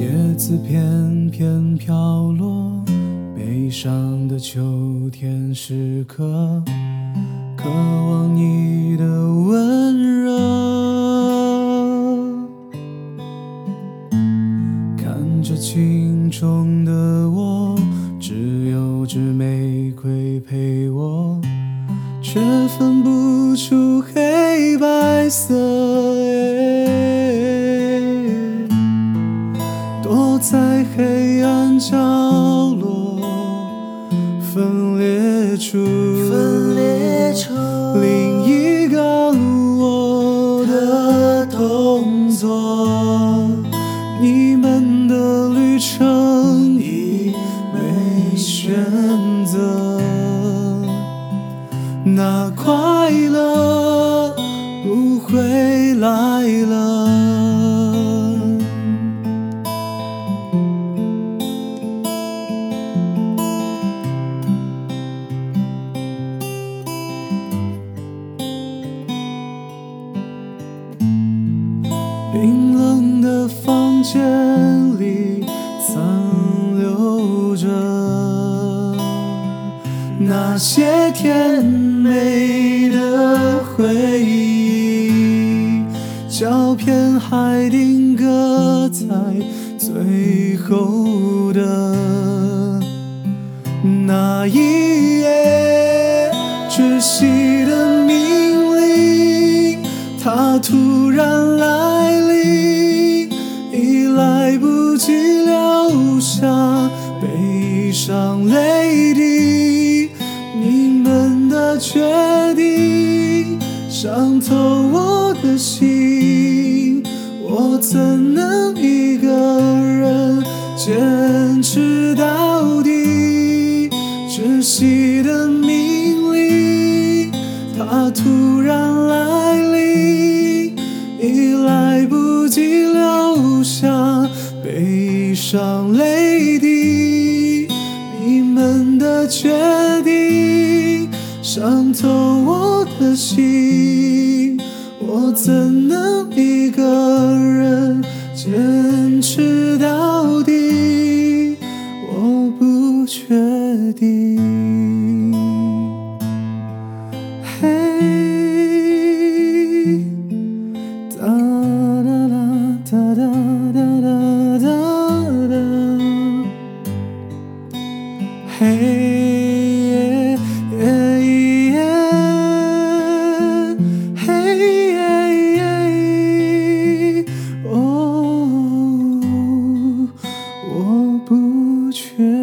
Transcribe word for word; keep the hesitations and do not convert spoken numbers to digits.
叶子片片飘落，悲伤的秋天时刻，渴望你的温热。看着镜中的我，只有枝玫瑰陪我，却分不出黑白色。躲在黑暗角落，分裂出分裂出另一个我的动作。你们的旅程已没选择，那快乐不会来了。冰冷的房间里残留着那些甜美的回忆，胶片还定格在最后的那一页，窒息的命令，它突然来临，已来不及留下悲伤泪滴。你们的决定伤透我的心，我怎能一个人坚持到底？窒息的命令，它突然来临，已来不及留下悲伤泪滴。你们的决定伤透我的心，我怎能一个人坚持到底？我不确定。嘿，哒哒啦哒哒哒哒哒哒，嘿。我不确